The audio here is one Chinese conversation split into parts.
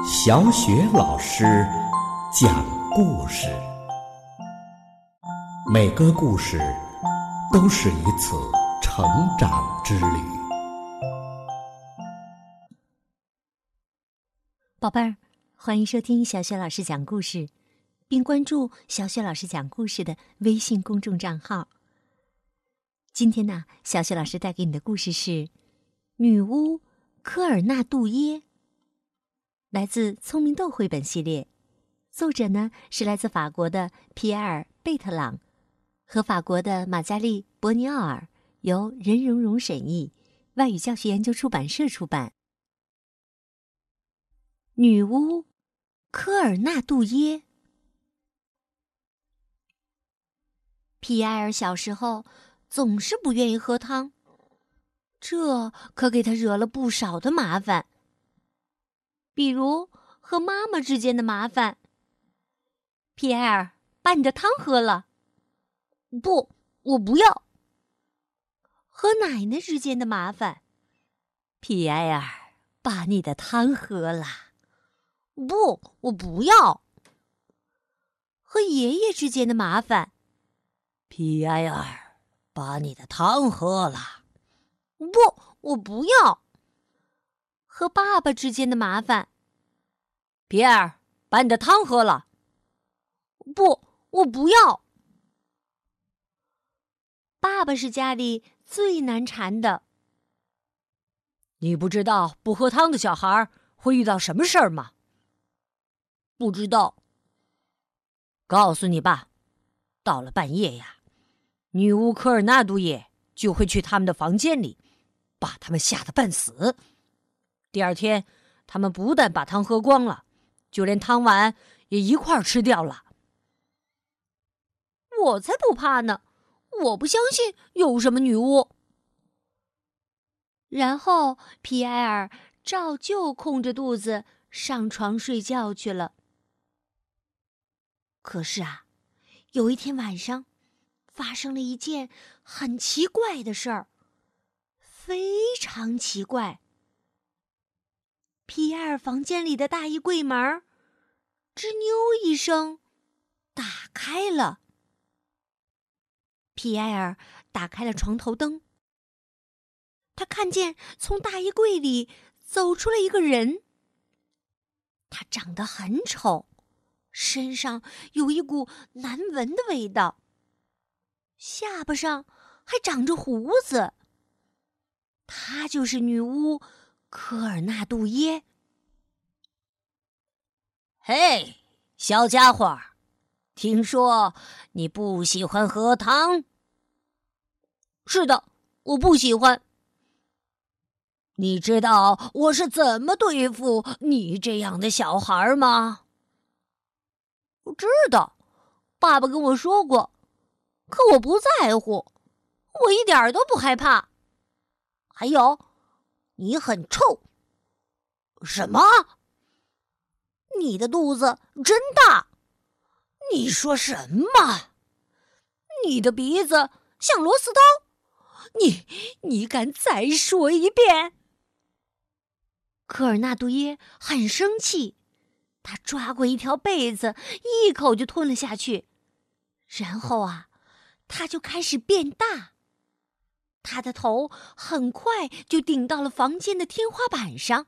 小雪老师讲故事，每个故事都是一次成长之旅。 宝贝儿，欢迎收听小雪老师讲故事，并关注小雪老师讲故事的微信公众账号。今天呢，小雪老师带给你的故事是《女巫科尔纳杜耶》，来自聪明豆绘本系列，作者呢是来自法国的皮埃尔·贝特朗和法国的玛加丽·伯尼奥尔，由任溶溶审译，外语教学研究出版社出版。女巫科尔纳杜耶。皮埃尔小时候总是不愿意喝汤，这可给他惹了不少的麻烦，比如和妈妈之间的麻烦。皮埃尔，把你的汤喝了。不，我不要。和奶奶之间的麻烦。皮埃尔，把你的汤喝了。不，我不要。和爷爷之间的麻烦。 皮埃尔，把你的汤喝了。 不，我不要。和爸爸之间的麻烦。 皮埃尔，把你的汤喝了。 不，我不要。爸爸是家里最难缠的。 你不知道不喝汤的小孩会遇到什么事儿吗？ 不知道。 告诉你吧，到了半夜呀，女巫科尔纳杜耶就会去他们的房间里，把他们吓得半死。第二天，他们不但把汤喝光了，就连汤碗也一块儿吃掉了。 我才不怕呢，我不相信有什么女巫。然后皮埃尔照旧空着肚子上床睡觉去了。可是啊，有一天晚上，发生了一件很奇怪的事儿，非常奇怪。皮埃尔房间里的大衣柜门吱扭一声打开了。皮埃尔打开了床头灯，他看见从大衣柜里走出了一个人。他长得很丑，身上有一股难闻的味道，下巴上还长着胡子。她就是女巫科尔纳杜耶。 嘿，小家伙，听说你不喜欢喝汤？ 是的，我不喜欢。 你知道我是怎么对付你这样的小孩吗？ 我知道，爸爸跟我说过，可我不在乎，我一点都不害怕。还有，你很臭。 什么？ 你的肚子真大。 你说什么？ 你的鼻子像螺丝刀。你敢再说一遍？科尔纳杜耶很生气，他抓过一条被子，一口就吞了下去。然后啊，他就开始变大。他的头很快就顶到了房间的天花板上。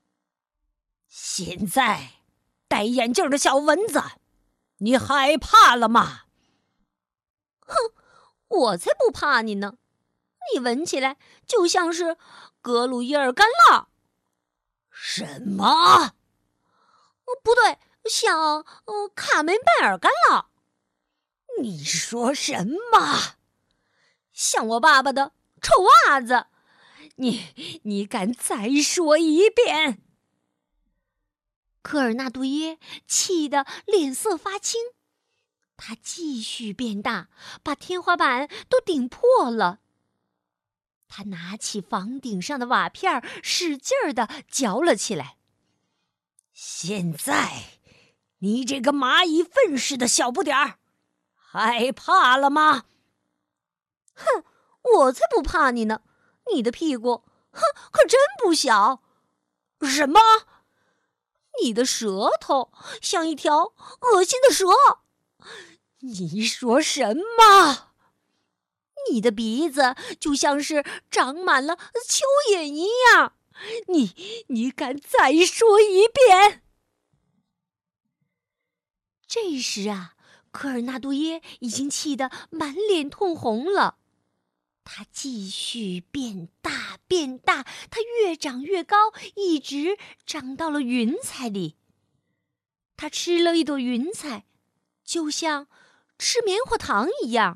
现在，戴眼镜的小蚊子，你害怕了吗？ 哼，我才不怕你呢！你闻起来就像是格鲁伊尔干酪。 什么？ 不对，像卡梅拜尔干酪。 你说什么？ 像我爸爸的臭袜子。 你敢再说一遍？ 科尔纳杜耶气得脸色发青，他继续变大，把天花板都顶破了。他拿起房顶上的瓦片，使劲儿地嚼了起来。 现在，你这个蚂蚁粪似的小不点儿，害怕了吗？ 哼，我才不怕你呢！你的屁股，可真不小。 什么？ 你的舌头像一条恶心的蛇。 你说什么？ 你的鼻子就像是长满了蚯蚓一样。 你敢再说一遍？ 这时啊，科尔纳杜耶已经气得满脸通红了。它继续变大变大，它越长越高，一直长到了云彩里。它吃了一朵云彩，就像吃棉花糖一样。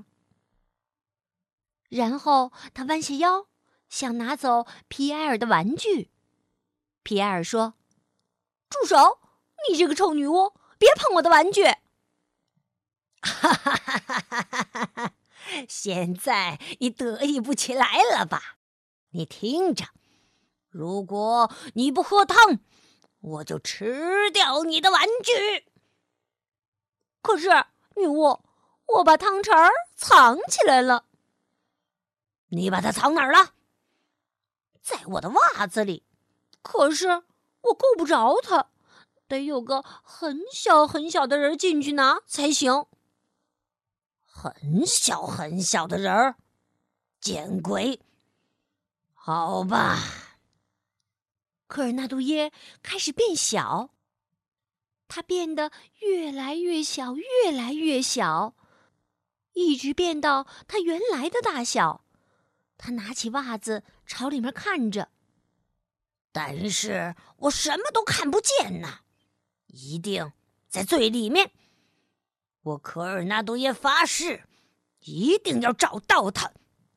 然后他弯下腰，想拿走皮埃尔的玩具。皮埃尔说：“住手！你这个臭女巫，别碰我的玩具！” 哈哈哈哈哈哈！现在你得意不起来了吧？你听着，如果你不喝汤，我就吃掉你的玩具。 可是，女巫，我把汤匙儿藏起来了。 你把它藏哪儿了？ 在我的袜子里。可是我够不着它，得有个很小很小的人进去拿才行。 很小很小的人儿，见鬼！好吧。 科尔纳杜耶开始变小，它变得越来越小，越来越小，一直变到它原来的大小。他拿起袜子朝里面看着， 但是我什么都看不见呢，一定在最里面。我科尔纳杜耶发誓，一定要找到他。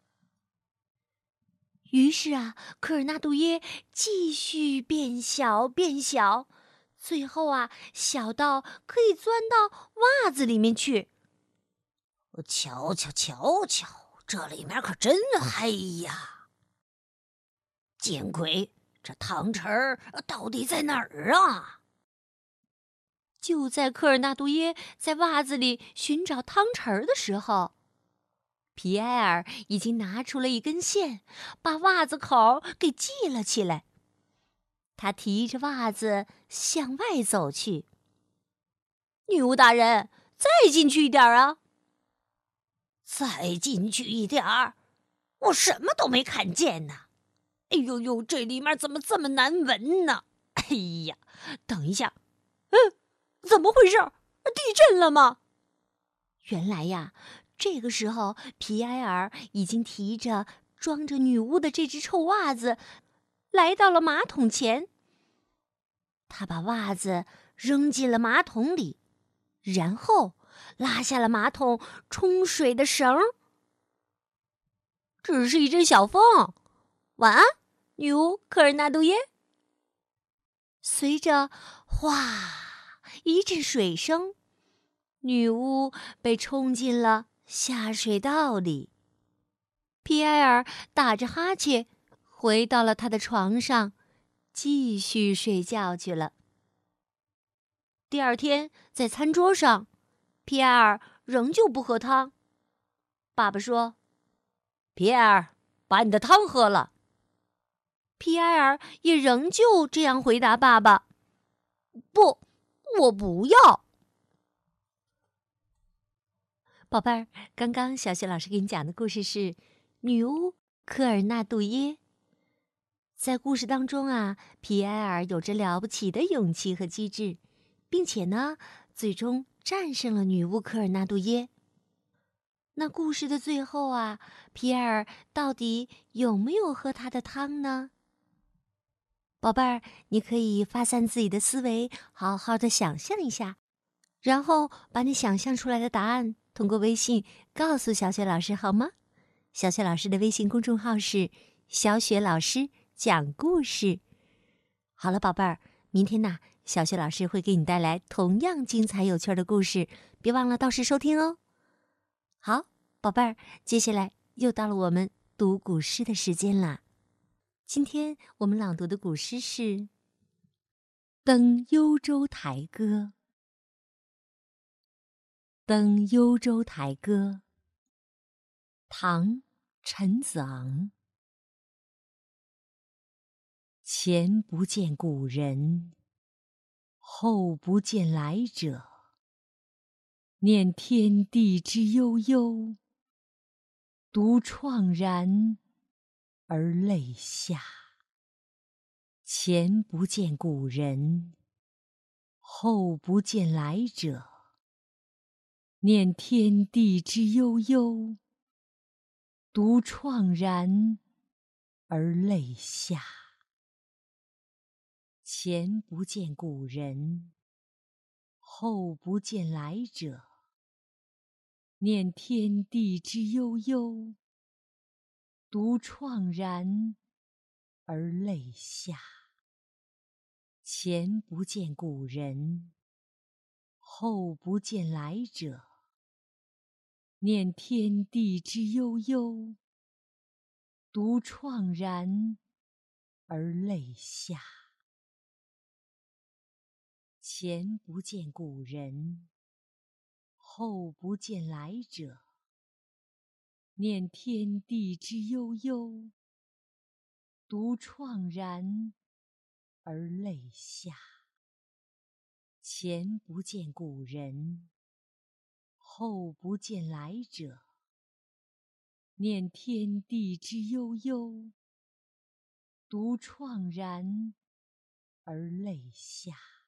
于是啊，科尔纳杜耶继续变小变小，最后啊，小到可以钻到袜子里面去。 瞧瞧瞧瞧，这里面可真黑呀！见鬼，这汤匙儿到底在哪儿啊？ 就在科尔纳杜耶在袜子里寻找汤匙儿的时候，皮埃尔已经拿出了一根线，把袜子口给系了起来。他提着袜子向外走去。女巫大人，再进去一点啊！ 再进去一点儿，我什么都没看见呢。哎呦呦，这里面怎么这么难闻呢？哎呀，等一下， 怎么回事？地震了吗？原来呀，这个时候皮埃尔已经提着装着女巫的这只臭袜子，来到了马桶前。他把袜子扔进了马桶里，然后拉下了马桶冲水的绳儿。只是一阵小风。晚安，女巫科尔纳杜耶。随着哗一阵水声，女巫被冲进了下水道里。皮埃尔打着哈欠回到了他的床上，继续睡觉去了。第二天，在餐桌上，皮埃尔仍旧不喝汤。爸爸说：“ 皮埃尔，把你的汤喝了。” 皮埃尔也仍旧这样回答爸爸：“不，我不要。”宝贝儿，刚刚小雪老师给你讲的故事是《女巫科尔纳杜耶》。在故事当中啊，皮埃尔有着了不起的勇气和机智，并且呢，最终战胜了女巫科尔纳杜耶。那故事的最后啊，皮埃尔到底有没有喝他的汤呢？宝贝儿，你可以发散自己的思维，好好的想象一下，然后把你想象出来的答案通过微信告诉小雪老师好吗？小雪老师的微信公众号是小雪老师讲故事。好了，宝贝儿，明天呢，小雪老师会给你带来同样精彩有趣的故事，别忘了到时收听哦。好，宝贝儿，接下来又到了我们读古诗的时间啦。今天我们朗读的古诗是《登幽州台歌》。《登幽州台歌》，唐·陈子昂。前不见古人， 后不见来者。念天地之悠悠，独怆然而泪下。前不见古人，后不见来者。念天地之悠悠，独怆然而泪下。前不见古人，后不见来者。念天地之悠悠，独怆然而泪下。前不见古人，后不见来者。念天地之悠悠，独怆然而泪下。前不见古人，后不见来者。念天地之悠悠，独怆然而泪下。前不见古人，后不见来者。念天地之悠悠，独怆然而泪下。